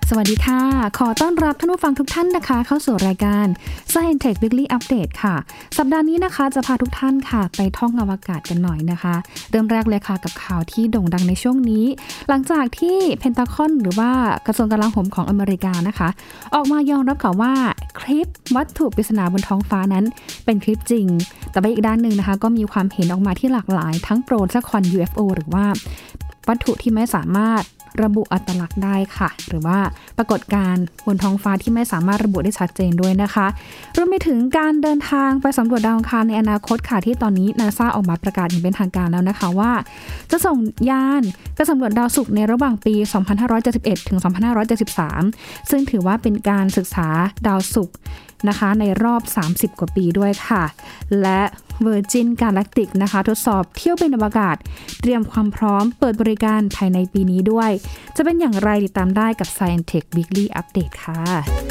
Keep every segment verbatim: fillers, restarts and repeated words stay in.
สวัสดีค่ะขอต้อนรับท่านผู้ฟังทุกท่านนะคะเข้าสู่รายการ Science Tech Weekly Update ค่ะสัปดาห์นี้นะคะจะพาทุกท่านค่ะไปท่องอวกาศกันหน่อยนะคะเริ่มแรกเลยค่ะกับข่าวที่โด่งดังในช่วงนี้หลังจากที่เพนทากอนหรือว่ากระทรวงกลาโหมของอเมริกานะคะออกมายอมรับค่ะว่าคลิปวัตถุปริศนาบนท้องฟ้านั้นเป็นคลิปจริงแต่ไปอีกด้านหนึ่งนะคะก็มีความเห็นออกมาที่หลากหลายทั้งโปรสักควัน ยู เอฟ โอ หรือว่าวัตถุที่ไม่สามารถระบุอัตลักษณ์ได้ค่ะหรือว่าปรากฏการณ์บนท้องฟ้าที่ไม่สามารถระบุได้ชัดเจนด้วยนะคะรวมไปถึงการเดินทางไปสำรวจดาวอังคารในอนาคตค่ะที่ตอนนี้ NASA ออกมาประกาศอย่างเป็นทางการแล้วนะคะว่าจะส่งยานไปสำรวจดาวศุกร์ในระหว่างปี สองพันห้าร้อยเจ็ดสิบเอ็ด ถึง สองพันห้าร้อยเจ็ดสิบสาม ซึ่งถือว่าเป็นการศึกษาดาวศุกร์นะคะในรอบสามสิบกว่าปีด้วยค่ะและ Virgin Galactic นะคะทดสอบเที่ยวบินอวกาศเตรียมความพร้อมเปิดบริการภายในปีนี้ด้วยจะเป็นอย่างไรติดตามได้กับ Science Tech Weekly Update ค่ะ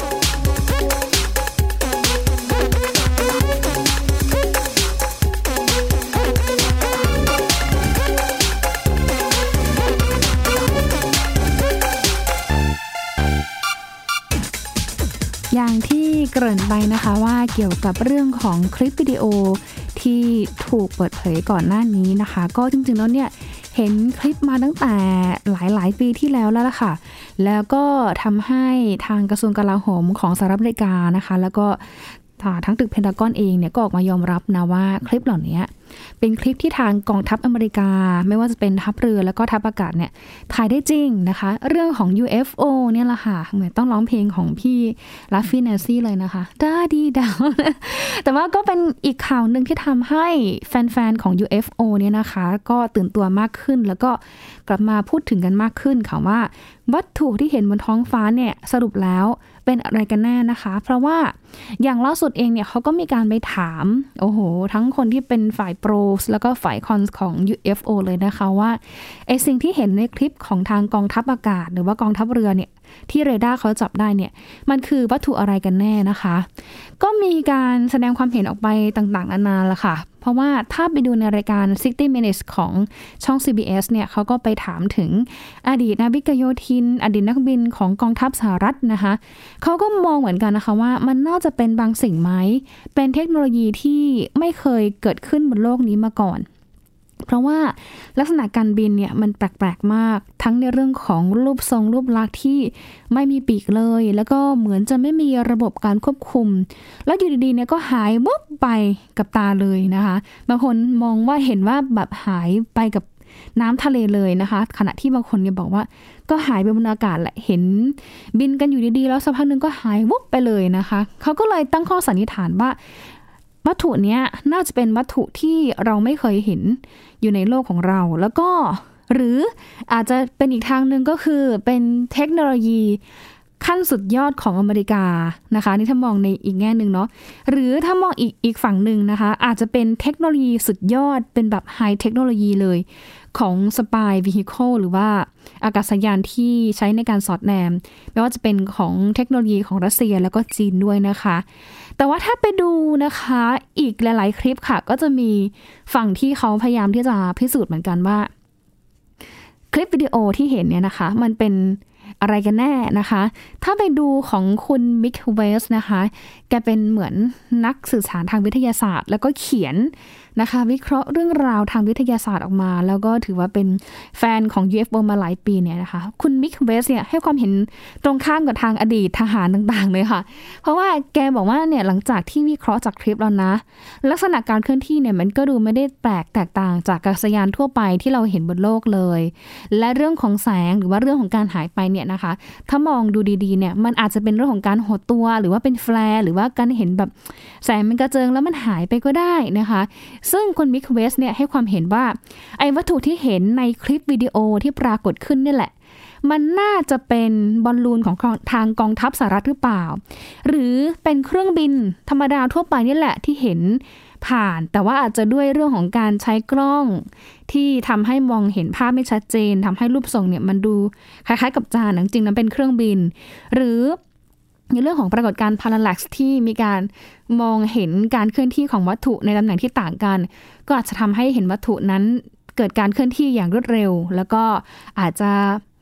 อย่างที่เกริ่นไปนะคะว่าเกี่ยวกับเรื่องของคลิปวิดีโอที่ถูกเปิดเผยก่อนหน้านี้นะคะก็จริงๆแล้วเนี่ยเห็นคลิปมาตั้งแต่หลายๆปีที่แล้วแล้วล่ะค่ะแล้วก็ทำให้ทางกระทรวงกลาโหมของสหรัฐอเมริกานะคะแล้วก็ทั้งตึกเพนทากอนเองเนี่ยก็ออกมายอมรับนะว่าคลิปเหล่านี้เป็นคลิปที่ทางกองทัพอเมริกาไม่ว่าจะเป็นทัพเรือแล้วก็ทัพอากาศเนี่ยถ่ายได้จริงนะคะเรื่องของ ยู เอฟ โอ เนี่ยแหละค่ะเหมือนต้องร้องเพลงของพี่ลัฟฟี่แนนซี่เลยนะคะดาดีดาวแต่ว่าก็เป็นอีกข่าวหนึ่งที่ทำให้แฟนๆของ ยู เอฟ โอ เนี่ยนะคะก็ตื่นตัวมากขึ้นแล้วก็กลับมาพูดถึงกันมากขึ้นค่ะว่าวัตถุที่เห็นบนท้องฟ้าเนี่ยสรุปแล้วเป็นอะไรกันแน่นะคะเพราะว่าอย่างล่าสุดเองเนี่ยเขาก็มีการไปถามโอ้โหทั้งคนที่เป็นฝ่ายโปรแล้วก็ฝ่ายคอนของ ยู เอฟ โอ เลยนะคะว่าไอ้สิ่งที่เห็นในคลิปของทางกองทัพอากาศหรือว่ากองทัพเรือเนี่ยที่เรดาร์เขาจับได้เนี่ยมันคือวัตถุอะไรกันแน่นะคะก็มีการแสดงความเห็นออกไปต่างๆนานาละค่ะเพราะว่าถ้าไปดูในรายการหกสิบ minutes ของช่อง ซี บี เอส เนี่ยเขาก็ไปถามถึงอดีตนาวิกโยธินอดีตนักบินของกองทัพสหรัฐนะคะเขาก็มองเหมือนกันนะคะว่ามันน่าจะเป็นบางสิ่งไหมเป็นเทคโนโลยีที่ไม่เคยเกิดขึ้นบนโลกนี้มาก่อนเพราะว่าลักษณะการบินเนี่ยมันแปลกๆมากทั้งในเรื่องของรูปทรงรูปลักษณ์ที่ไม่มีปีกเลยแล้วก็เหมือนจะไม่มีระบบการควบคุมแล้วอยู่ดีๆเนี่ยก็หายวุบไปกับตาเลยนะคะบางคนมองว่าเห็นว่าแบบหายไปกับน้ำทะเลเลยนะคะขณะที่บางคนเนี่ยบอกว่าก็หายไปบนอากาศแหละเห็นบินกันอยู่ดีๆแล้วสักพักนึงก็หายวุบไปเลยนะคะเขาก็เลยตั้งข้อสันนิษฐานว่าวัตถุเนี้ยน่าจะเป็นวัตถุที่เราไม่เคยเห็นอยู่ในโลกของเราแล้วก็หรืออาจจะเป็นอีกทางนึงก็คือเป็นเทคโนโลยีขั้นสุดยอดของอเมริกานะคะนี่ถ้ามองในอีกแง่นึงเนาะหรือถ้ามองอีกอีกฝั่งนึงนะคะอาจจะเป็นเทคโนโลยีสุดยอดเป็นแบบไฮเทคโนโลยีเลยของ Spy Vehicle หรือว่าอากาศยานที่ใช้ในการสอดแนมไม่ว่าจะเป็นของเทคโนโลยีของรัสเซียแล้วก็จีนด้วยนะคะแต่ว่าถ้าไปดูนะคะอีกหลายๆคลิปค่ะก็จะมีฝั่งที่เขาพยายามที่จะพิสูจน์เหมือนกันว่าคลิปวิดีโอที่เห็นเนี่ยนะคะมันเป็นอะไรกันแน่นะคะถ้าไปดูของคุณมิกเวสนะคะแกเป็นเหมือนนักสื่อสารทางวิทยาศาสตร์แล้วก็เขียนนะคะวิเคราะห์เรื่องราวทางวิทยาศาสตร์ออกมาแล้วก็ถือว่าเป็นแฟนของ ยู เอฟ โอ มาหลายปีเนี่ยนะคะคุณมิกเวสเนี่ยให้ความเห็นตรงข้ามกับทางอดีตทหารต่างๆเลยค่ะเพราะว่าแกบอกว่าเนี่ยหลังจากที่วิเคราะห์จากคลิปแล้วนะลักษณะการเคลื่อนที่เนี่ยมันก็ดูไม่ได้แปลกแตกต่างจากอากาศยานทั่วไปที่เราเห็นบนโลกเลยและเรื่องของแสงหรือว่าเรื่องของการหายไปเนี่ยนะคะถ้ามองดูดีๆเนี่ยมันอาจจะเป็นเรื่องของการหดตัวหรือว่าเป็นแฟลร์หรือว่าการเห็นแบบแสงมันกระเจิงแล้วมันหายไปก็ได้นะคะซึ่งคุณมิกเวสเนี่ยให้ความเห็นว่าไอ้วัตถุที่เห็นในคลิปวิดีโอที่ปรากฏขึ้นนี่แหละมันน่าจะเป็นบอลลูนของทางกองทัพสหรัฐหรือเปล่าหรือเป็นเครื่องบินธรรมดาทั่วไปนี่แหละที่เห็นผ่านแต่ว่าอาจจะด้วยเรื่องของการใช้กล้องที่ทำให้มองเห็นภาพไม่ชัดเจนทำให้รูปทรงเนี่ยมันดูคล้ายๆกับจานจริงๆนั้นเป็นเครื่องบินหรือในเรื่องของปรากฏการณ์ parallax ที่มีการมองเห็นการเคลื่อนที่ของวัตถุในตำแหน่งที่ต่างกันก็อาจจะทำให้เห็นวัตถุนั้นเกิดการเคลื่อนที่อย่างรวดเร็วแล้วก็อาจจะ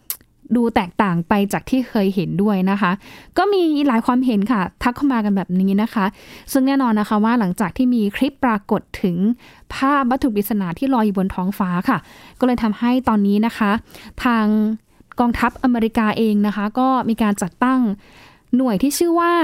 ดูแตกต่างไปจากที่เคยเห็นด้วยนะคะก็มีหลายความเห็นค่ะทักเข้ามากันแบบนี้นะคะซึ่งแน่นอนนะคะว่าหลังจากที่มีคลิปปรากฏถึงภาพวัตถุปริศนาที่ลอยอยู่บนท้องฟ้าค่ะก็เลยทำให้ตอนนี้นะคะทางกองทัพอเมริกาเองนะคะก็มีการจัดตั้งหน่วยที่ชื่อว่า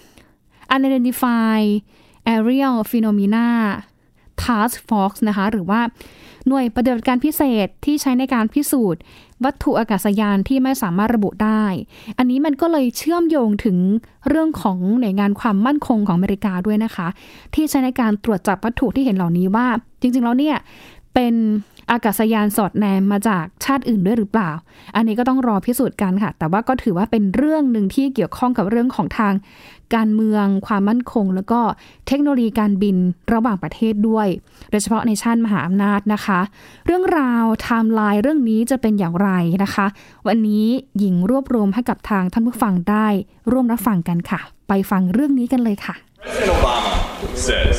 Unidentified Aerial Phenomena Task Force นะคะหรือว่าหน่วยปฏิบัติการพิเศษที่ใช้ในการพิสูจน์วัตถุอากาศยานที่ไม่สามารถระบุได้อันนี้มันก็เลยเชื่อมโยงถึงเรื่องของหน่วยงานความมั่นคงของอเมริกาด้วยนะคะที่ใช้ในการตรวจจับวัตถุที่เห็นเหล่านี้ว่าจริงๆแล้วเนี่ยเป็นอากาศยานสอดแนมมาจากชาติอื่นด้วยหรือเปล่าอันนี้ก็ต้องรอพิสูจน์กันค่ะแต่ว่าก็ถือว่าเป็นเรื่องหนึ่งที่เกี่ยวข้องกับเรื่องของทางการเมืองความมั่นคงแล้วก็เทคโนโลยีการบินระหว่างประเทศด้วยโดยเฉพาะในชาติมหาอำนาจนะคะเรื่องราวไทม์ไลน์เรื่องนี้จะเป็นอย่างไรนะคะวันนี้หญิงรวบรวมให้กับทางท่านผู้ฟังได้ร่วมรับฟังกันค่ะไปฟังเรื่องนี้กันเลยค่ะ President Obama says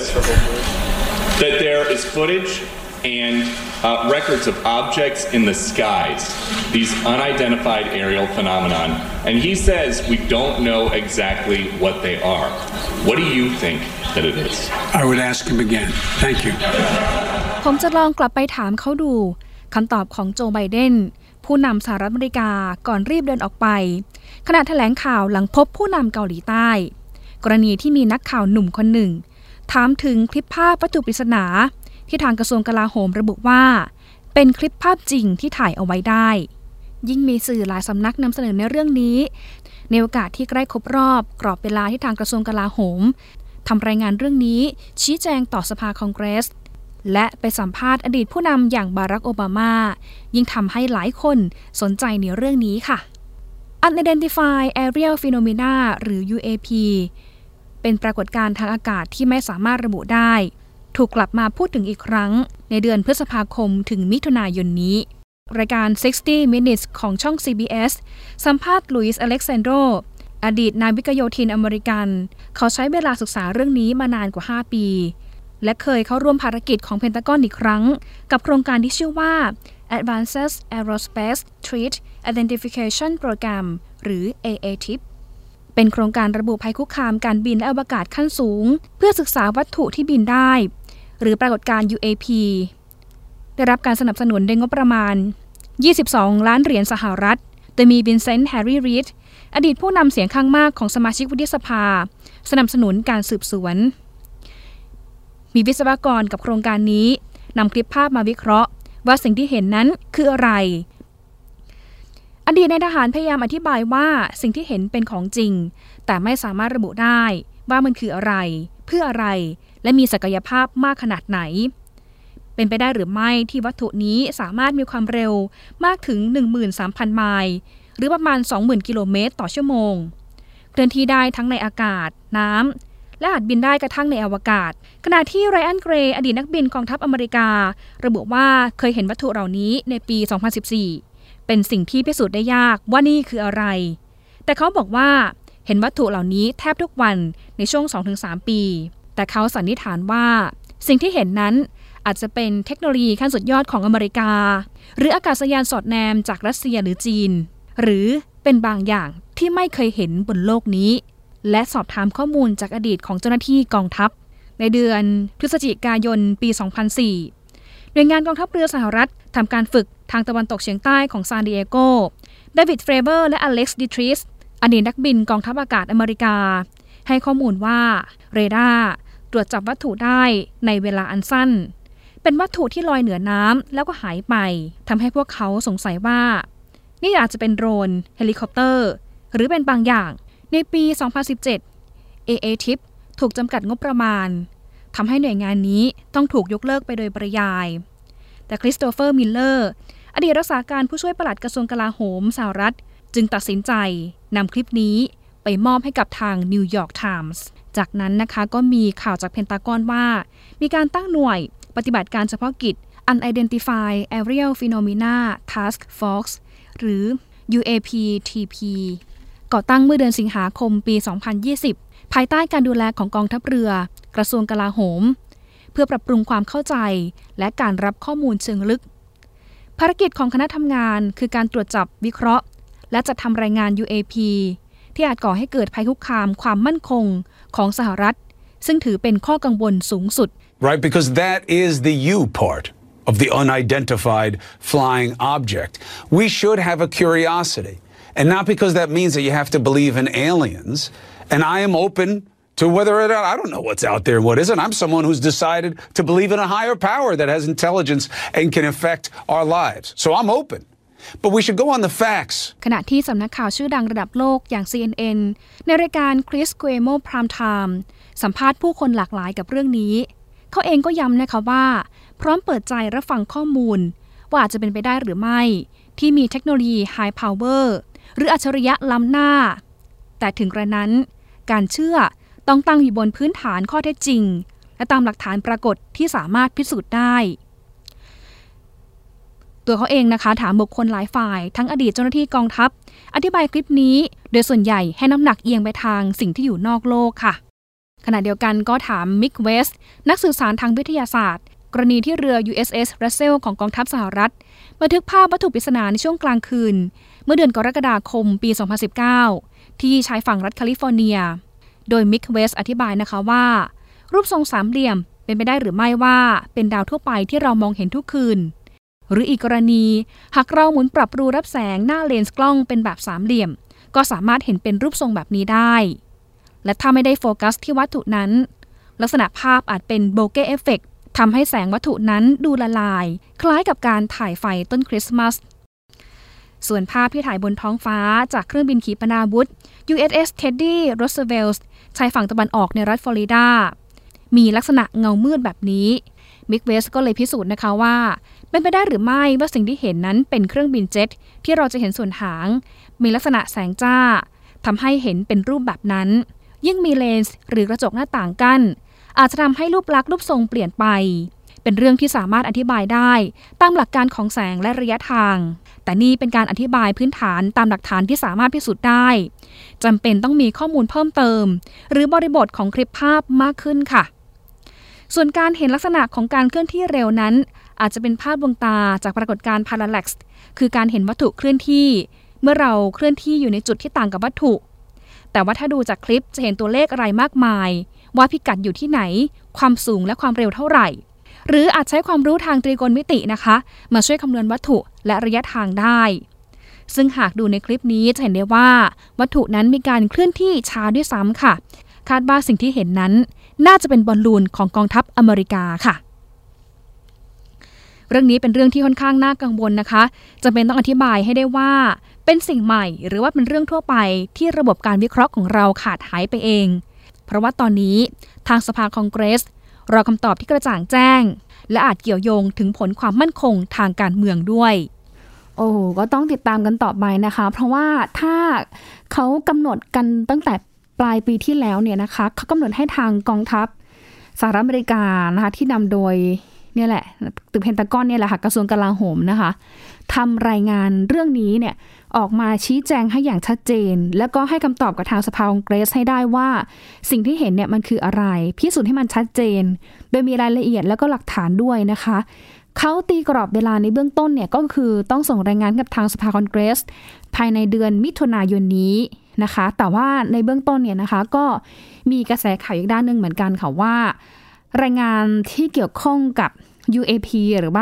that there is footage and uh, records of objects in the skies, these unidentified aerial phenomenon. And he says we don't know exactly what they are. What do you think that it is? I would ask him again. Thank you. ผมจะลองกลับไปถามเขาดูคำตอบของโจไบเดนผู้นำสหรัฐอเมริกาก่อนรีบเดินออกไปขณะแถลงข่าวหลังพบผู้นำเกาหลีใต้กรณีที่มีนักข่าวหนุ่มคนหนึ่งถามถึงคลิปภาพวัตถุปริศนาที่ทางกระทรวงกลาโหมระบุว่าเป็นคลิปภาพจริงที่ถ่ายเอาไว้ได้ยิ่งมีสื่อหลายสำนักนำเสนอในเรื่องนี้ในโอกาสที่ใกล้ครบรอบกรอบเวลาที่ทางกระทรวงกลาโหมทำรายงานเรื่องนี้ชี้แจงต่อสภาคองเกรสและไปสัมภาษณ์อดีตผู้นำอย่างบารักโอบามายิ่งทำให้หลายคนสนใจในเรื่องนี้ค่ะ Unidentified Aerial Phenomena หรือ ยู เอ พี เป็นปรากฏการณ์ทางอากาศที่ไม่สามารถระบุได้ถูกกลับมาพูดถึงอีกครั้งในเดือนพฤษภาคมถึงมิถุนายนนี้รายการ sixty minutes ของช่อง ซี บี เอส สัมภาษณ์ลุยส์อเล็กซานโดอดีตนาวิกโยธินอเมริกันเขาใช้เวลาศึกษาเรื่องนี้มานานกว่าห้าปีและเคยเข้าร่วมภารกิจของเพนทากอนอีกครั้งกับโครงการที่ชื่อว่า Advanced Aerospace Threat Identification Program หรือ เอ เอ ที ไอ พี เป็นโครงการระบุภัยคุกคามการบินและอวกาศขั้นสูงเพื่อศึกษาวัตถุที่บินได้หรือปรากฏการณ์ ยู เอ พี ได้รับการสนับสนุนด้วยงบประมาณยี่สิบสองล้านเหรียญสหรัฐโดยมีวินเซนต์ แฮร์รี่ รีดอดีตผู้นำเสียงข้างมากของสมาชิกวุฒิสภาสนับสนุนการสืบสวนมีวิศวกรกับโครงการนี้นำคลิปภาพมาวิเคราะห์ว่าสิ่งที่เห็นนั้นคืออะไรอดีตนายทหารพยายามอธิบายว่าสิ่งที่เห็นเป็นของจริงแต่ไม่สามารถระบุได้ว่ามันคืออะไรเพื่ออะไรและมีศักยภาพมากขนาดไหนเป็นไปได้หรือไม่ที่วัตถุนี้สามารถมีความเร็วมากถึง หนึ่งหมื่นสามพัน ไมล์หรือประมาณ สองหมื่น กิโลเมตรต่อชั่วโมงเคลื่อนที่ได้ทั้งในอากาศน้ำและอาจบินได้กระทั่งในอวกาศขณะที่ไรอัน เกรย์อดีตนักบินกองทัพอเมริการะบุว่าเคยเห็นวัตถุเหล่านี้ในปี สองพันสิบสี่เป็นสิ่งที่พิสูจน์ได้ยากว่านี่คืออะไรแต่เขาบอกว่าเห็นวัตถุเหล่านี้แทบทุกวันในช่วง สองถึงสาม ปีแต่เขาสันนิษฐานว่าสิ่งที่เห็นนั้นอาจจะเป็นเทคโนโลยีขั้นสุดยอดของอเมริกาหรืออากาศยานสอดแนมจากรัสเซียหรือจีนหรือเป็นบางอย่างที่ไม่เคยเห็นบนโลกนี้และสอบถามข้อมูลจากอดีตของเจ้าหน้าที่กองทัพในเดือนพฤศจิกายนปี สองพันสี่หน่วยงานกองทัพเรือสหรัฐทำการฝึกทางตะวันตกเฉียงใต้ของซานดิเอโกเดวิด เฟรเบอร์และอเล็กซ์ ดิทริสอดีตนักบินกองทัพอากาศอเมริกาให้ข้อมูลว่าเรดาร์ตรวจจับวัตถุได้ในเวลาอันสั้นเป็นวัตถุที่ลอยเหนือน้ำแล้วก็หายไปทำให้พวกเขาสงสัยว่านี่อาจจะเป็นโดรนเฮลิคอปเตอร์หรือเป็นบางอย่างในปี สองพันสิบเจ็ด เอ เอ ที ไอ พี ถูกจำกัดงบประมาณทำให้หน่วยงานนี้ต้องถูกยกเลิกไปโดยปริยายแต่คริสโตเฟอร์ มิลเลอร์อดีตรักษาการผู้ช่วยปลัดกระทรวงกลาโหมสหรัฐจึงตัดสินใจนำคลิปนี้ไปมอบให้กับทางนิวยอร์กไทมส์จากนั้นนะคะก็มีข่าวจากเพนทากอนว่ามีการตั้งหน่วยปฏิบัติการเฉพาะกิจ Unidentified Aerial Phenomena Task Force หรือ ยู เอ พี ที พี ก่อตั้งเมื่อเดือนสิงหาคมปี สองพันยี่สิบ ภายใต้การดูแลของกองทัพเรือกระทรวงกลาโหมเพื่อปรับปรุงความเข้าใจและการรับข้อมูลเชิงลึกภารกิจของคณะทำงานคือการตรวจจับวิเคราะห์และจัดทำรายงาน ยู เอ พี ที่อาจก่อให้เกิดภัยคุกคามความมั่นคงของสหรัฐซึ่งถือเป็นข้อกังวลสูงสุด Right, because that is the you part of the unidentified flying object. We should have a curiosity, and not because that means that you have to believe in aliens. And I am open to whether or not, I don't know what's out there and what isn't. I'm someone who's decided to believe in a higher power that has intelligence and can affect our lives. So I'm open.But we should go on the facts. ขณะที่สำนักข่าวชื่อดังระดับโลกอย่าง ซี เอ็น เอ็น ในรายการ Chris Cuomo Prime Time สัมภาษณ์ผู้คนหลากหลายกับเรื่องนี้เขาเองก็ย้ำนะคะว่าพร้อมเปิดใจรับฟังข้อมูลว่าอาจจะเป็นไปได้หรือไม่ที่มีเทคโนโลยี High Power หรืออัจฉริยะล้ำหน้าแต่ถึงกระนั้นการเชื่อต้องตั้งอยู่บนพื้นฐานข้อเท็จจริงและตามหลักฐานปรากฏที่สามารถพิสูจน์ได้ตัวเขาเองนะคะถามบุคคลหลายฝ่ายทั้งอดีตเจ้าหน้าที่กองทัพอธิบายคลิปนี้โดยส่วนใหญ่ให้น้ำหนักเอียงไปทางสิ่งที่อยู่นอกโลกค่ะขณะเดียวกันก็ถามมิกเวสต์นักสื่อสารทางวิทยาศาสตร์กรณีที่เรือ ยู เอส เอส Russell ของกองทัพสหรัฐบันทึกภาพวัตถุปริศนาในช่วงกลางคืนเมื่อเดือนกรกฎาคมปี สองพันสิบเก้า ที่ชายฝั่งรัฐแคลิฟอร์เนียโดยมิกเวสต์อธิบายนะคะว่ารูปทรงสามเหลี่ยมเป็นไปได้หรือไม่ว่าเป็นดาวทั่วไปที่เรามองเห็นทุกคืนหรืออีกกรณีหากเราหมุนปรับรูรับแสงหน้าเลนส์กล้องเป็นแบบสามเหลี่ยมก็สามารถเห็นเป็นรูปทรงแบบนี้ได้และถ้าไม่ได้โฟกัสที่วัตถุนั้นลักษณะภาพอาจเป็นโบเก้เอฟเฟกต์ทำให้แสงวัตถุนั้นดูละลายคล้ายกับการถ่ายไฟต้นคริสต์มาสส่วนภาพที่ถ่ายบนท้องฟ้าจากเครื่องบินขีปนาวุธ ยู เอส เอส Teddy Roosevelt ชายฝั่งตะวันออกในรัฐฟลอริดามีลักษณะเงามืดแบบนี้มิกเวสก็เลยพิสูจน์นะคะว่าเป็นไปได้หรือไม่ว่าสิ่งที่เห็นนั้นเป็นเครื่องบินเจ็ตที่เราจะเห็นส่วนหางมีลักษณะแสงจ้าทำให้เห็นเป็นรูปแบบนั้นยิ่งมีเลนส์หรือกระจกหน้าต่างกั้นอาจจะทำให้รูปลักษณ์รูปทรงเปลี่ยนไปเป็นเรื่องที่สามารถอธิบายได้ตามหลักการของแสงและระยะทางแต่นี่เป็นการอธิบายพื้นฐานตามหลักฐานที่สามารถพิสูจน์ได้จำเป็นต้องมีข้อมูลเพิ่มเติมหรือบริบทของคลิปภาพมากขึ้นค่ะส่วนการเห็นลักษณะของการเคลื่อนที่เร็วนั้นอาจจะเป็นภาพดวงตาจากปรากฏการณ์ parallax คือการเห็นวัตถุเคลื่อนที่เมื่อเราเคลื่อนที่อยู่ในจุดที่ต่างกับวัตถุแต่ว่าถ้าดูจากคลิปจะเห็นตัวเลขอะไรมากมายว่าพิกัดอยู่ที่ไหนความสูงและความเร็วเท่าไหร่หรืออาจใช้ความรู้ทางตรีโกณมิตินะคะมาช่วยคำนวณวัตถุและระยะทางได้ซึ่งหากดูในคลิปนี้จะเห็นได้ว่าวัตถุนั้นมีการเคลื่อนที่ช้าด้วยซ้ำค่ะคาดว่าสิ่งที่เห็นนั้นน่าจะเป็นบอลลูนของกองทัพอเมริกาค่ะเรื่องนี้เป็นเรื่องที่ค่อนข้างน่ากังวลนะคะจำเป็นต้องอธิบายให้ได้ว่าเป็นสิ่งใหม่หรือว่าเป็นเรื่องทั่วไปที่ระบบการวิเคราะห์ของเราขาดหายไปเองเพราะว่าตอนนี้ทางสภาคองเกรสรอคำตอบที่กระจ่างแจ้งและอาจเกี่ยวโยงถึงผลความมั่นคงทางการเมืองด้วยโอ้ก็ต้องติดตามกันต่อไปนะคะเพราะว่าถ้าเขากำหนดกันตั้งแต่ปลายปีที่แล้วเนี่ยนะคะเขากำหนดให้ทางกองทัพสหรัฐอเมริกานะคะที่นำโดยเนี่ยแหละตึกเพนทากอนเนี่ยแหละค่ะกระทรวงกลาโหมนะคะทำรายงานเรื่องนี้เนี่ยออกมาชี้แจงให้อย่างชัดเจนแล้วก็ให้คำตอบกับทางสภาคองเกรสให้ได้ว่าสิ่งที่เห็นเนี่ยมันคืออะไรพิสูจน์ให้มันชัดเจนโดยมีรายละเอียดแล้วก็หลักฐานด้วยนะคะเขาตีกรอบเวลาในเบื้องต้นเนี่ยก็คือต้องส่งรายงานกับทางสภาคองเกรสภายในเดือนมิถุนายนนี้นะคะแต่ว่าในเบื้องต้นเนี่ยนะคะก็มีกระแสข่าวอีกด้านนึงเหมือนกันค่ะว่ารายงานที่เกี่ยวข้องกับ ยู เอ พี หรือว่า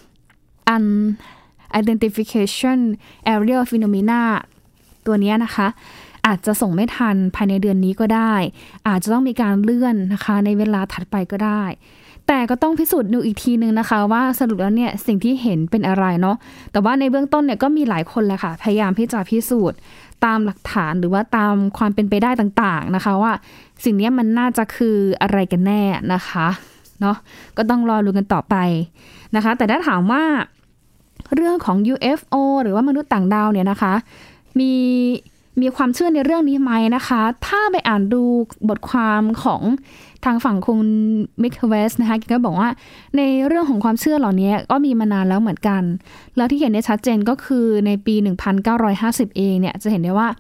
Unidentification Aerial Phenomena ตัวนี้นะคะอาจจะส่งไม่ทันภายในเดือนนี้ก็ได้อาจจะต้องมีการเลื่อนนะคะในเวลาถัดไปก็ได้แต่ก็ต้องพิสูจน์ดูอีกทีนึงนะคะว่าสรุปแล้วเนี่ยสิ่งที่เห็นเป็นอะไรเนาะแต่ว่าในเบื้องต้นเนี่ยก็มีหลายคนแหละค่ะพยายามที่จะพิสูจน์ตามหลักฐานหรือว่าตามความเป็นไปได้ต่างๆนะคะว่าสิ่งนี้มันน่าจะคืออะไรกันแน่นะคะเนาะก็ต้องรอดูกันต่อไปนะคะแต่ถ้าถามว่าเรื่องของ ยู เอฟ โอ หรือว่ามนุษย์ต่างดาวเนี่ยนะคะมีมีความเชื่อในเรื่องนี้ไหมนะคะถ้าไปอ่านดูบทความของทางฝั่งคุณมิคเวสนะคะก็บอกว่าในเรื่องของความเชื่อเหล่านี้ก็มีมานานแล้วเหมือนกันแล้วที่เห็นได้ชัดเจนก็คือในปีหนึ่งพันเก้าร้อยห้าสิบเองเนี่ยจะเห็นได้ว่า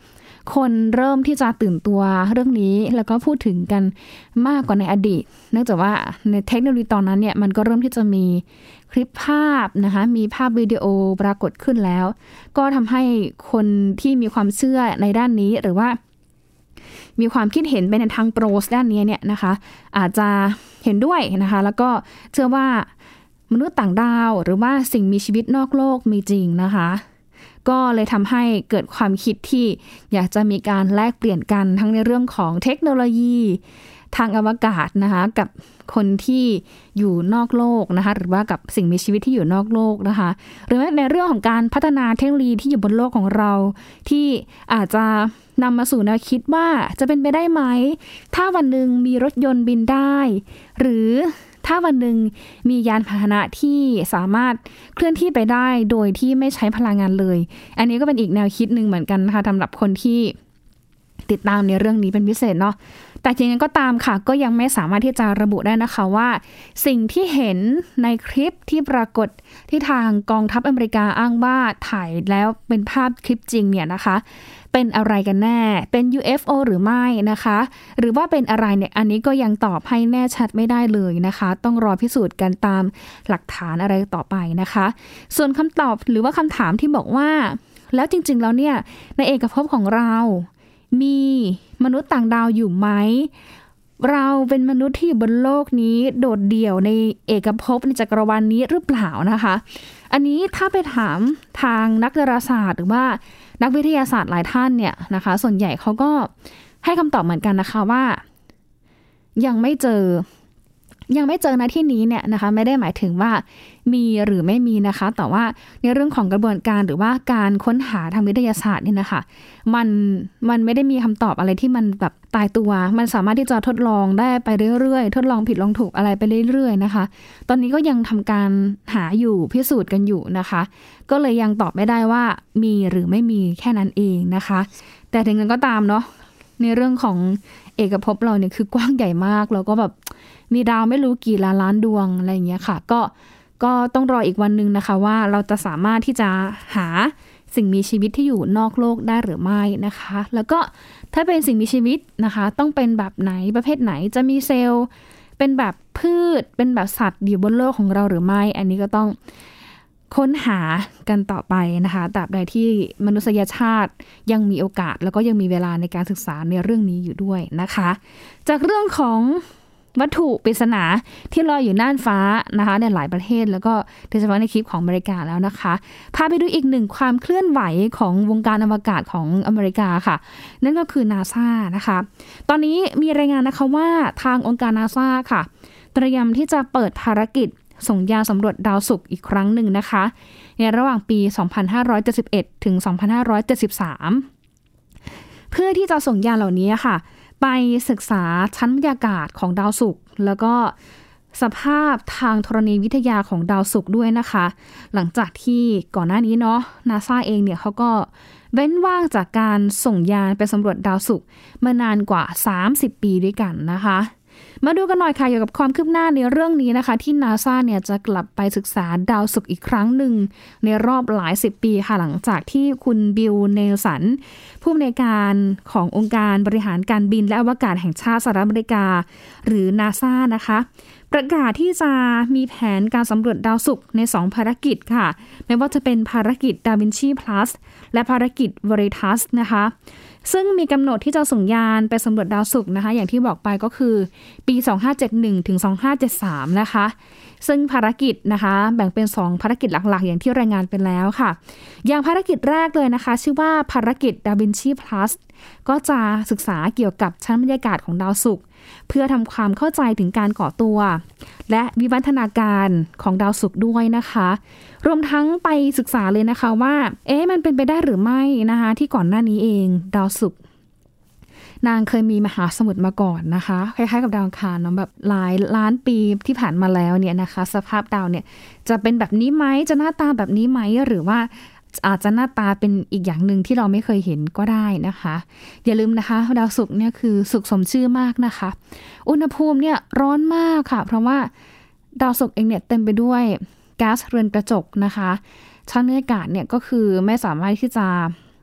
คนเริ่มที่จะตื่นตัวเรื่องนี้แล้วก็พูดถึงกันมากกว่าในอดีตเนื่องจากว่าในเทคโนโลยีตอนนั้นเนี่ยมันก็เริ่มที่จะมีคลิปภาพนะคะมีภาพวิดีโอปรากฏขึ้นแล้วก็ทำให้คนที่มีความเชื่อในด้านนี้หรือว่ามีความคิดเห็นไปในทางโปรสด้านนี้เนี่ยนะคะอาจจะเห็นด้วยนะคะแล้วก็เชื่อว่ามนุษย์ต่างดาวหรือว่าสิ่งมีชีวิตนอกโลกมีจริงนะคะก็เลยทำให้เกิดความคิดที่อยากจะมีการแลกเปลี่ยนกันทั้งในเรื่องของเทคโนโลยีทางอวกาศนะคะกับคนที่อยู่นอกโลกนะคะหรือว่ากับสิ่งมีชีวิตที่อยู่นอกโลกนะคะหรือในเรื่องของการพัฒนาเทคโนโลยีที่อยู่บนโลกของเราที่อาจจะนำมาสู่แนวคิดว่าจะเป็นไปได้ไหมถ้าวันหนึ่งมีรถยนต์บินได้หรือถ้าวันหนึ่งมียานพาหนะที่สามารถเคลื่อนที่ไปได้โดยที่ไม่ใช้พลังงานเลยอันนี้ก็เป็นอีกแนวคิดหนึ่งเหมือนกันนะคะสำหรับคนที่ติดตามในเรื่องนี้เป็นพิเศษเนาะแต่จริงๆก็ตามค่ะก็ยังไม่สามารถที่จะระบุได้นะคะว่าสิ่งที่เห็นในคลิปที่ปรากฏที่ทางกองทัพอเมริกาอ้างว่าถ่ายแล้วเป็นภาพคลิปจริงเนี่ยนะคะเป็นอะไรกันแน่เป็น ยู เอฟ โอ หรือไม่นะคะหรือว่าเป็นอะไรเนี่ยอันนี้ก็ยังตอบให้แน่ชัดไม่ได้เลยนะคะต้องรอพิสูจน์กันตามหลักฐานอะไรต่อไปนะคะส่วนคำตอบหรือว่าคำถามที่บอกว่าแล้วจริงๆแล้วเนี่ยในเอกภพของเรามีมนุษย์ต่างดาวอยู่ไหมเราเป็นมนุษย์ที่อยู่บนโลกนี้โดดเดี่ยวในเอกภพในจักรวาลนี้หรือเปล่านะคะอันนี้ถ้าไปถามทางนักดาราศาสตร์หรือว่านักวิทยาศาสตร์หลายท่านเนี่ยนะคะส่วนใหญ่เขาก็ให้คำตอบเหมือนกันนะคะว่ายังไม่เจอยังไม่เจอในที่นี้เนี่ยนะคะไม่ได้หมายถึงว่ามีหรือไม่มีนะคะแต่ว่าในเรื่องของกระบวนการหรือว่าการค้นหาทางวิทยาศาสตร์นี่นะคะมันมันไม่ได้มีคำตอบอะไรที่มันแบบตายตัวมันสามารถที่จะทดลองได้ไปเรื่อยๆทดลองผิดลองถูกอะไรไปเรื่อยๆนะคะตอนนี้ก็ยังทำการหาอยู่พิสูจน์กันอยู่นะคะก็เลยยังตอบไม่ได้ว่ามีหรือไม่มีแค่นั้นเองนะคะแต่ถึงนั้นก็ตามเนาะในเรื่องของเอกภพเราเนี่ยคือกว้างใหญ่มากแล้วก็แบบมีดาวไม่รู้กี่ล้านล้านดวงอะไรอย่างเงี้ยค่ะก็ก็ต้องรออีกวันนึงนะคะว่าเราจะสามารถที่จะหาสิ่งมีชีวิตที่อยู่นอกโลกได้หรือไม่นะคะแล้วก็ถ้าเป็นสิ่งมีชีวิตนะคะต้องเป็นแบบไหนประเภทไหนจะมีเซลล์เป็นแบบพืชเป็นแบบสัตว์อยู่บนโลกของเราหรือไม่อันนี้ก็ต้องค้นหากันต่อไปนะคะตราบใดที่มนุษยชาติยังมีโอกาสแล้วก็ยังมีเวลาในการศึกษาในเรื่องนี้อยู่ด้วยนะคะจากเรื่องของวัตถุปริศนาที่ลอยอยู่น่านฟ้านะคะในหลายประเทศแล้วก็โดยเฉพาะในคลิปของอเมริกาแล้วนะคะพาไปดูอีกหนึ่งความเคลื่อนไหวของวงการอวกาศของอเมริกาค่ะนั่นก็คือ NASA นะคะตอนนี้มีรายงานนะคะว่าทางองค์การ NASA ค่ะเตรียมที่จะเปิดภารกิจส่งยานสำรวจดาวศุกร์อีกครั้งหนึ่งนะคะในระหว่างปี สองพันห้าร้อยเจ็ดสิบเอ็ด ถึง สองพันห้าร้อยเจ็ดสิบสาม เพื่อที่จะส่งยานเหล่านี้ค่ะไปศึกษาชั้นบรรยากาศของดาวศุกร์แล้วก็สภาพทางธรณีวิทยาของดาวศุกร์ด้วยนะคะหลังจากที่ก่อนหน้านี้เนาะ NASA เองเนี่ยเขาก็เว้นว่างจากการส่งยานไปสำรวจดาวศุกร์มานานกว่าสามสิบปีด้วยกันนะคะมาดูกันหน่อยค่ะเกี่ยวกับความคืบหน้าในเรื่องนี้นะคะที่ NASA เนี่ยจะกลับไปศึกษาดาวศุกร์อีกครั้งหนึ่งในรอบหลายสิบปีค่ะหลังจากที่คุณบิล เนลสันผู้อำนวยการขององค์การบริหารการบินและอวกาศแห่งชาติสหรัฐอเมริกาหรือ NASA นะคะประกาศที่จะมีแผนการสำรวจดาวศุกร์ในสองภารกิจค่ะไม่ว่าจะเป็นภารกิจ ดาวินชี plus และภารกิจ เวริทัส นะคะซึ่งมีกำหนดที่จะส่งยานไปสำรวจดาวศุกร์นะคะอย่างที่บอกไปก็คือปีสองพันห้าร้อยเจ็ดสิบเอ็ดถึงสองพันห้าร้อยเจ็ดสิบสามนะคะซึ่งภารกิจนะคะแบ่งเป็นสองภารกิจหลักๆอย่างที่รายงานไปแล้วค่ะอย่างภารกิจแรกเลยนะคะชื่อว่าภารกิจ ดาวินชี plus ก็จะศึกษาเกี่ยวกับชั้นบรรยากาศของดาวศุกร์เพื่อทำความเข้าใจถึงการก่อตัวและวิวัฒนาการของดาวศุกร์ด้วยนะคะรวมทั้งไปศึกษาเลยนะคะว่าเอ๊ะมันเป็นไปได้หรือไม่นะคะที่ก่อนหน้านี้เองดาวศุกร์นางเคยมีมหาสมุทรมาก่อนนะคะคล้ายๆกับดาวอังคารเนาะแบบหลายล้านปีที่ผ่านมาแล้วเนี่ยนะคะสภาพดาวเนี่ยจะเป็นแบบนี้ไหมจะหน้าตาแบบนี้ไหมหรือว่าอาจจะหน้าตาเป็นอีกอย่างหนึ่งที่เราไม่เคยเห็นก็ได้นะคะอย่าลืมนะคะดาวศุกร์เนี่ยคือศุกร์สมชื่อมากนะคะอุณหภูมิเนี่ยร้อนมากค่ะเพราะว่าดาวศุกร์เองเนี่ยเต็มไปด้วยก๊าซเรือนกระจกนะคะชั้นบรรยากาศเนี่ยก็คือไม่สามารถที่จะ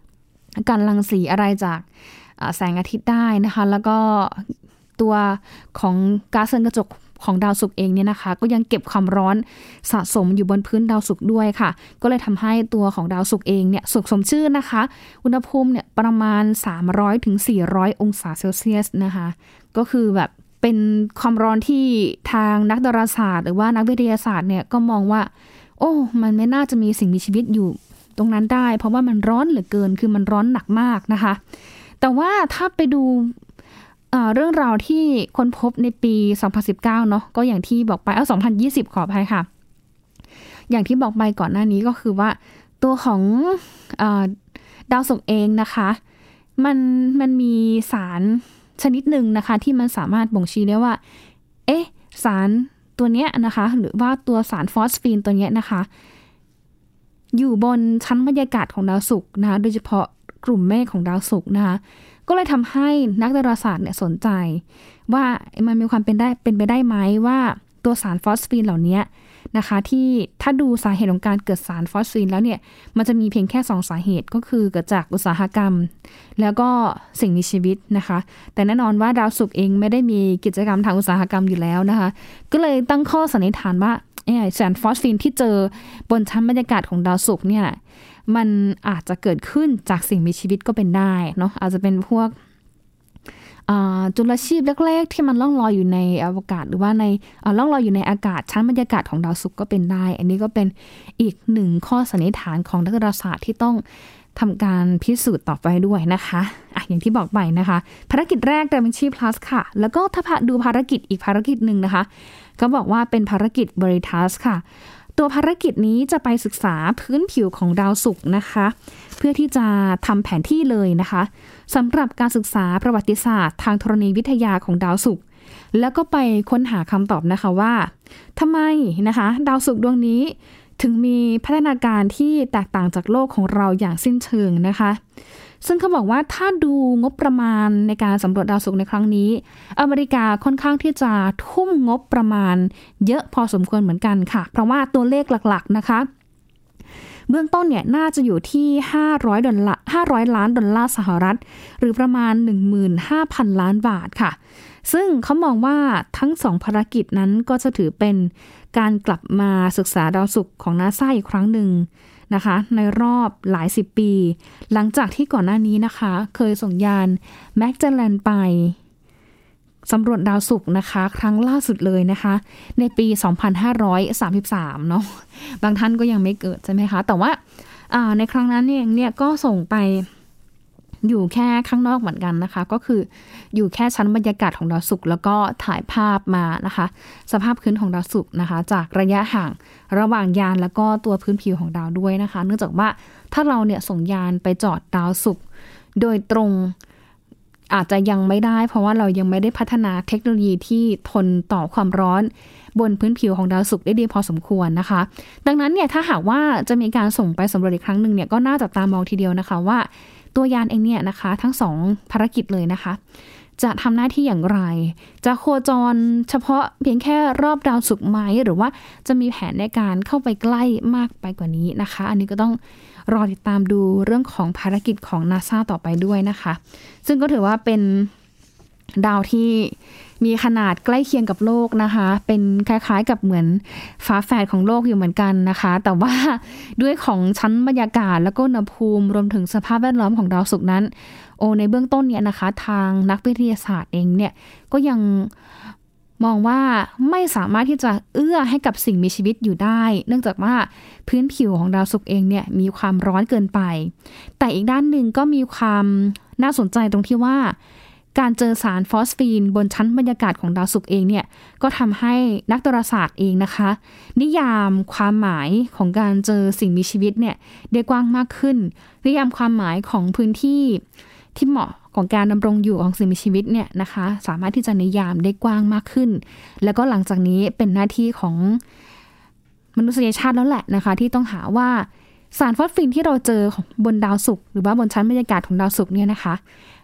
การรังสีอะไรจากแสงอาทิตย์ได้นะคะแล้วก็ตัวของก๊าซเรือนกระจกของดาวศุกร์เองเนี่ยนะคะก็ยังเก็บความร้อนสะสมอยู่บนพื้นดาวศุกร์ด้วยค่ะก็เลยทำให้ตัวของดาวศุกร์เองเนี่ยสุกสมชื่อนะคะอุณหภูมิเนี่ยประมาณสามร้อยถึงสี่ร้อยองศาเซลเซียสนะคะก็คือแบบเป็นความร้อนที่ทางนักดาราศาสตร์หรือว่านักวิทยาศาสตร์เนี่ยก็มองว่าโอ้มันไม่น่าจะมีสิ่งมีชีวิตอยู่ตรงนั้นได้เพราะว่ามันร้อนเหลือเกินคือมันร้อนหนักมากนะคะแต่ว่าถ้าไปดูเรื่องราวที่ค้นพบในปีสองพันสิบเก้าเนาะก็อย่างที่บอกไปเอาสองพันยี่สิบขออภัยค่ะอย่างที่บอกไปก่อนหน้านี้ก็คือว่าตัวของเอ่อดาวศุกร์เองนะคะมันมันมีสารชนิดหนึ่งนะคะที่มันสามารถบ่งชี้ได้ว่าเอ๊ะสารตัวเนี้ยนะคะหรือว่าตัวสารฟอสฟีนตัวเนี้ยนะคะอยู่บนชั้นบรรยากาศของดาวศุกร์นะคะโดยเฉพาะกลุ่มเมฆของดาวศุกร์นะคะก็เลยทำให้นักดาราศาสตร์เนี่ยสนใจว่ามันมีความเป็นได้เป็นไปได้ไหมว่าตัวสารฟอสฟีนเหล่านี้นะคะที่ถ้าดูสาเหตุของการเกิดสารฟอสฟีนแล้วเนี่ยมันจะมีเพียงแค่สองสาเหตุก็คือเกิดจากอุตสาหกรรมแล้วก็สิ่งมีชีวิตนะคะแต่แน่นอนว่าดาวศุกร์เองไม่ได้มีกิจกรรมทางอุตสาหกรรมอยู่แล้วนะคะก็เลยตั้งข้อสันนิษฐานว่าสารฟอสฟีนที่เจอบนชั้นบรรยากาศของดาวศุกร์เนี่ยมันอาจจะเกิดขึ้นจากสิ่งมีชีวิตก็เป็นได้เนาะอาจจะเป็นพวกจุลชีพเล็กๆที่มันล่องลอยอยู่ในอวกาศหรือว่าในล่องลอยอยู่ในอากาศชั้นบรรยากาศของดาวศุกร์ก็เป็นได้อันนี้ก็เป็นอีกหนึ่งข้อสันนิษฐานของนักดาราศาสตร์ที่ต้องทำการพิสูจน์ต่อไปด้วยนะคะอ่ะอย่างที่บอกไปนะคะภารกิจแรก DaVinci Plus ค่ะแล้วก็ถ้าดูภารกิจอีกภารกิจหนึ่งนะคะก็บอกว่าเป็นภารกิจ Veritas ค่ะตัวภารกิจนี้จะไปศึกษาพื้นผิวของดาวศุกร์นะคะเพื่อที่จะทำแผนที่เลยนะคะสำหรับการศึกษาประวัติศาสตร์ทางธรณีวิทยาของดาวศุกร์แล้วก็ไปค้นหาคำตอบนะคะว่าทำไมนะคะดาวศุกร์ดวงนี้ถึงมีพัฒนาการที่แตกต่างจากโลกของเราอย่างสิ้นเชิงนะคะซึ่งเขาบอกว่าถ้าดูงบประมาณในการสำรวจดาวศุกร์ในครั้งนี้อเมริกาค่อนข้างที่จะทุ่มงบประมาณเยอะพอสมควรเหมือนกันค่ะเพราะว่าตัวเลขหลักๆนะคะเบื้องต้นเนี่ยน่าจะอยู่ที่ห้าร้อยดอลลาร์ห้าร้อยล้านดอลลาร์สหรัฐหรือประมาณ หนึ่งหมื่นห้าพัน ล้านบาทค่ะซึ่งเขามองว่าทั้งสองภารกิจนั้นก็จะถือเป็นการกลับมาศึกษาดาวศุกร์ของ NASA อีกครั้งหนึ่งนะคะในรอบหลายสิบปีหลังจากที่ก่อนหน้านี้นะคะเคยส่งยาน Magellan ไปสำรวจดาวศุกร์นะคะครั้งล่าสุดเลยนะคะในปีสองพันห้าร้อยสามสิบสามเนาะบางท่านก็ยังไม่เกิดใช่ไหมคะแต่ว่าในครั้งนั้นเองเนี่ยก็ส่งไปอยู่แค่ข้างนอกเหมือนกันนะคะก็คืออยู่แค่ชั้นบรรยากาศของดาวศุกร์แล้วก็ถ่ายภาพมานะคะสภาพพื้นของดาวศุกร์นะคะจากระยะห่างระหว่างยานแล้วก็ตัวพื้นผิวของดาวด้วยนะคะเนื่องจากว่าถ้าเราเนี่ยส่งยานไปจอดดาวศุกร์โดยตรงอาจจะยังไม่ได้เพราะว่าเรายังไม่ได้พัฒนาเทคโนโลยีที่ทนต่อความร้อนบนพื้นผิวของดาวศุกร์ได้ดีพอสมควรนะคะดังนั้นเนี่ยถ้าหากว่าจะมีการส่งไปสำรวจอีกครั้งหนึ่งเนี่ยก็น่าจับตามองทีเดียวนะคะว่าตัวยานเองเนี่ยนะคะทั้งสองภารกิจเลยนะคะจะทำหน้าที่อย่างไรจะโคจรเฉพาะเพียงแค่รอบดาวศุกร์ไหมหรือว่าจะมีแผนในการเข้าไปใกล้มากไปกว่านี้นะคะอันนี้ก็ต้องรอติดตามดูเรื่องของภารกิจของ NASA ต่อไปด้วยนะคะซึ่งก็ถือว่าเป็นดาวที่มีขนาดใกล้เคียงกับโลกนะคะเป็นคล้ายๆกับเหมือนฝาแฝดของโลกอยู่เหมือนกันนะคะแต่ว่าด้วยของชั้นบรรยากาศแล้วก็อุณหภูมิรวมถึงสภาพแวดล้อมของดาวศุกร์นั้นโอในเบื้องต้นเนี่ยนะคะทางนักวิทยาศาสตร์เองเนี่ยก็ยังมองว่าไม่สามารถที่จะเอื้อให้กับสิ่งมีชีวิตอยู่ได้เนื่องจากว่าพื้นผิวของดาวศุกร์เองเนี่ยมีความร้อนเกินไปแต่อีกด้านหนึ่งก็มีความน่าสนใจตรงที่ว่าการเจอสารฟอสฟีนบนชั้นบรรยากาศของดาวศุกร์เองเนี่ยก็ทำให้นักดาราศาสตร์เองนะคะนิยามความหมายของการเจอสิ่งมีชีวิตเนี่ยได้กว้างมากขึ้นนิยามความหมายของพื้นที่ที่เหมาะของการดำรงอยู่ของสิ่งมีชีวิตเนี่ยนะคะสามารถที่จะนิยามได้กว้างมากขึ้นแล้วก็หลังจากนี้เป็นหน้าที่ของมนุษยชาติแล้วแหละนะคะที่ต้องหาว่าสารฟอสฟีนที่เราเจอบนดาวศุกร์หรือว่าบนชั้นบรรยากาศของดาวศุกร์เนี่ยนะคะ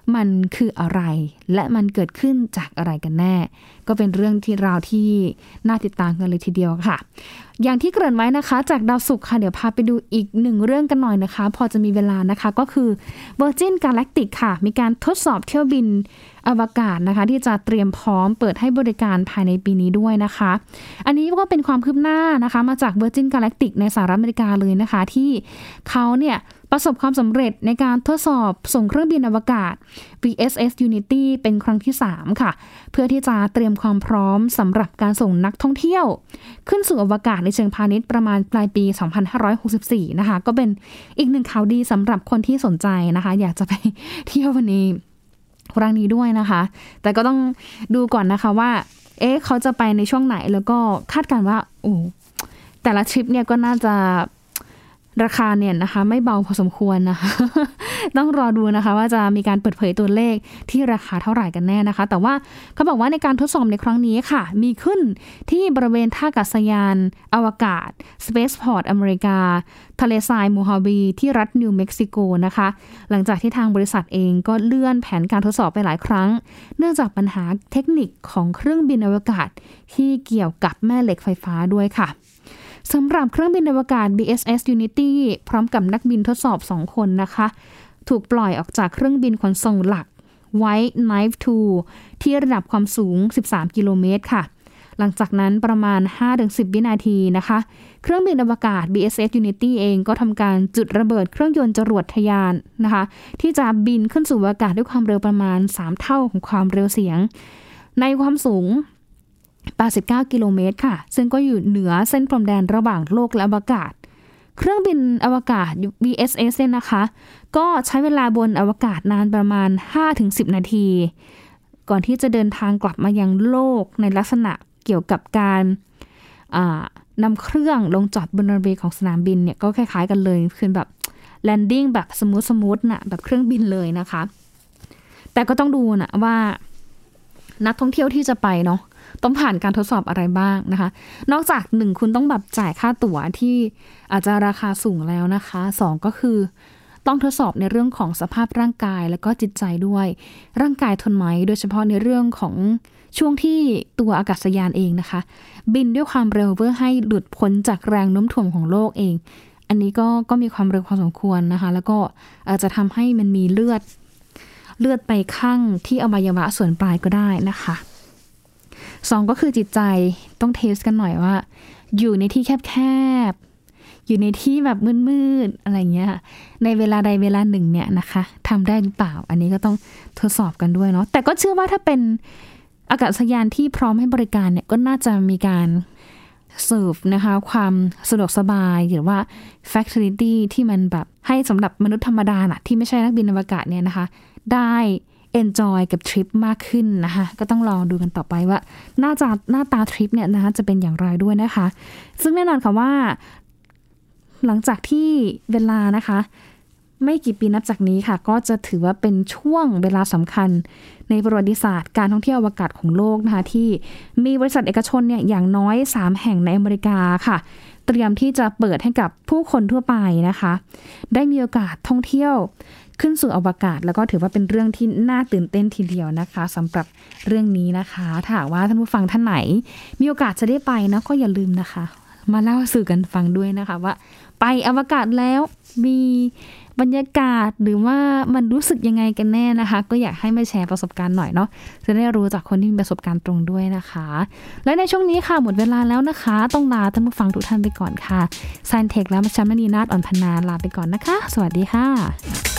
มันคืออะไรและมันเกิดขึ้นจากอะไรกันแน่ก็เป็นเรื่องที่ราวที่น่าติดตามกันเลยทีเดียวค่ะอย่างที่เกริ่นไว้นะคะจากดาวศุกร์ค่ะเดี๋ยวพาไปดูอีกหนึ่งเรื่องกันหน่อยนะคะพอจะมีเวลานะคะก็คือ Virgin Galactic ค่ะมีการทดสอบเที่ยวบินอวกาศนะคะที่จะเตรียมพร้อมเปิดให้บริการภายในปีนี้ด้วยนะคะอันนี้ก็เป็นความคืบหน้านะคะมาจาก Virgin Galactic ในสหรัฐอเมริกาเลยนะคะที่เขาเนี่ยประสบความสำเร็จในการทดสอบส่งเครื่องบินอวกาศ วี เอส เอส Unity เป็นครั้งที่สามค่ะเพื่อที่จะเตรียมความพร้อมสำหรับการส่งนักท่องเที่ยวขึ้นสู่อวกาศในเชิงพาณิชย์ประมาณปลายปีสองพันห้าร้อยหกสิบสี่นะคะก็เป็นอีกหนึ่งข่าวดีสำหรับคนที่สนใจนะคะอยากจะไปเที่ยววันนี้ครั้งนี้ด้วยนะคะแต่ก็ต้องดูก่อนนะคะว่าเอ๊ะเขาจะไปในช่วงไหนแล้วก็คาดการณ์ว่าโอ้แต่ละทริปเนี่ยก็น่าจะราคาเนี่ยนะคะไม่เบาพอสมควรนะคะ ต้องรอดูนะคะว่าจะมีการเปิดเผยตัวเลขที่ราคาเท่าไหร่กันแน่นะคะแต่ว่าเขาบอกว่าในการทดสอบในครั้งนี้ค่ะมีขึ้นที่บริเวณท่าอากาศยานอวกาศ Spaceport อเมริกาทะเลทรายโมฮาวีที่รัฐนิวเม็กซิโกนะคะหลังจากที่ทางบริษัทเองก็เลื่อนแผนการทดสอบไปหลายครั้งเนื่องจากปัญหาเทคนิคของเครื่องบินอวกาศที่เกี่ยวกับแม่เหล็กไฟฟ้าด้วยค่ะสำหรับเครื่องบินอวกาศ วี เอส เอส Unity พร้อมกับนักบินทดสอบสองคนนะคะถูกปล่อยออกจากเครื่องบินขนส่งหลัก White Knife ทู ที่ระดับความสูงสิบสามกิโลเมตรค่ะหลังจากนั้นประมาณ ห้าถึงสิบ วินาทีนะคะเครื่องบินอวกาศ วี เอส เอส Unity เองก็ทำการจุดระเบิดเครื่องยนต์จรวดทะยานนะคะที่จะบินขึ้นสู่อากาศด้วยความเร็วประมาณสามเท่าของความเร็วเสียงในความสูงแปดสิบเก้ากิโลเมตรค่ะซึ่งก็อยู่เหนือเส้นพรมแดนระหว่างโลกและอวกาศเครื่องบินอวกาศ วี เอส เอส เนี่ยนะคะก็ใช้เวลาบนอวกาศนานประมาณ ห้าถึงสิบ นาทีก่อนที่จะเดินทางกลับมายังโลกในลักษณะเกี่ยวกับการนำเครื่องลงจอดบนรันเวย์ของสนามบินเนี่ยก็คล้ายๆกันเลยคือแบบแลนดิ้งแบบสมูทสมูทน่ะแบบเครื่องบินเลยนะคะแต่ก็ต้องดูนะว่านักท่องเที่ยวที่จะไปเนาะต้องผ่านการทดสอบอะไรบ้างนะคะนอกจากหนึ่งคุณต้องแบบจ่ายค่าตั๋วที่อาจจะราคาสูงแล้วนะคะสองก็คือต้องทดสอบในเรื่องของสภาพร่างกายและก็จิตใจด้วยร่างกายทนไหมโดยเฉพาะในเรื่องของช่วงที่ตัวอากาศยานเองนะคะบินด้วยความเร็วเพื่อให้หลุดพ้นจากแรงโน้มถ่วงของโลกเองอันนี้ก็ก็มีความเร็วพอสมควรนะคะแล้วก็อาจจะทำให้มันมีเลือดเลือดไปข้างที่อวัยวะส่วนปลายก็ได้นะคะสองก็คือจิตใจต้องเทสกันหน่อยว่าอยู่ในที่แคบๆอยู่ในที่แบบมืดๆอะไรเงี้ยในเวลาใดเวลาหนึ่งเนี่ยนะคะทำได้หรือเปล่าอันนี้ก็ต้องทดสอบกันด้วยเนาะแต่ก็เชื่อว่าถ้าเป็นอากาศยานที่พร้อมให้บริการเนี่ยก็น่าจะมีการเสิร์ฟนะคะความสะดวกสบายหรือว่า facility ที่มันแบบให้สำหรับมนุษย์ธรรมดาน่ะที่ไม่ใช่นักบินอวกาศเนี่ยนะคะได้enjoy กับทริปมากขึ้นนะคะก็ต้องลองดูกันต่อไปว่าหน้าจะหน้าตาทริปเนี่ยนะคะจะเป็นอย่างไรด้วยนะคะซึ่งแน่นอนค่ะว่าหลังจากที่เวลานะคะไม่กี่ปีนับจากนี้ค่ะก็จะถือว่าเป็นช่วงเวลาสำคัญในประวัติศาสตร์การท่องเที่ยวอวกาศของโลกนะคะที่มีบริษัทเอกชนเนี่ยอย่างน้อยสามแห่งในอเมริกาค่ะเตรียมที่จะเปิดให้กับผู้คนทั่วไปนะคะได้มีโอกาสท่องเที่ยวขึ้นสู่อวกาศแล้วก็ถือว่าเป็นเรื่องที่น่าตื่นเต้นทีเดียวนะคะสำหรับเรื่องนี้นะคะถ้าหากว่าท่านผู้ฟังท่านไหนมีโอกาสจะได้ไปนะก็อย่าลืมนะคะมาเล่าสู่กันฟังด้วยนะคะว่าไปอวกาศแล้วมีบรรยากาศหรือว่ามันรู้สึกยังไงกันแน่นะคะก็อยากให้มาแชร์ประสบการณ์หน่อยเนาะจะได้รู้จากคนที่มีประสบการณ์ตรงด้วยนะคะและในช่วงนี้ค่ะหมดเวลาแล้วนะคะต้องลาท่านผู้ฟังทุกท่านไปก่อนค่ะซันเทคและมัชชัมมณีนาฏอ่อนพนาลาไปก่อนนะคะสวัสดีค่ะ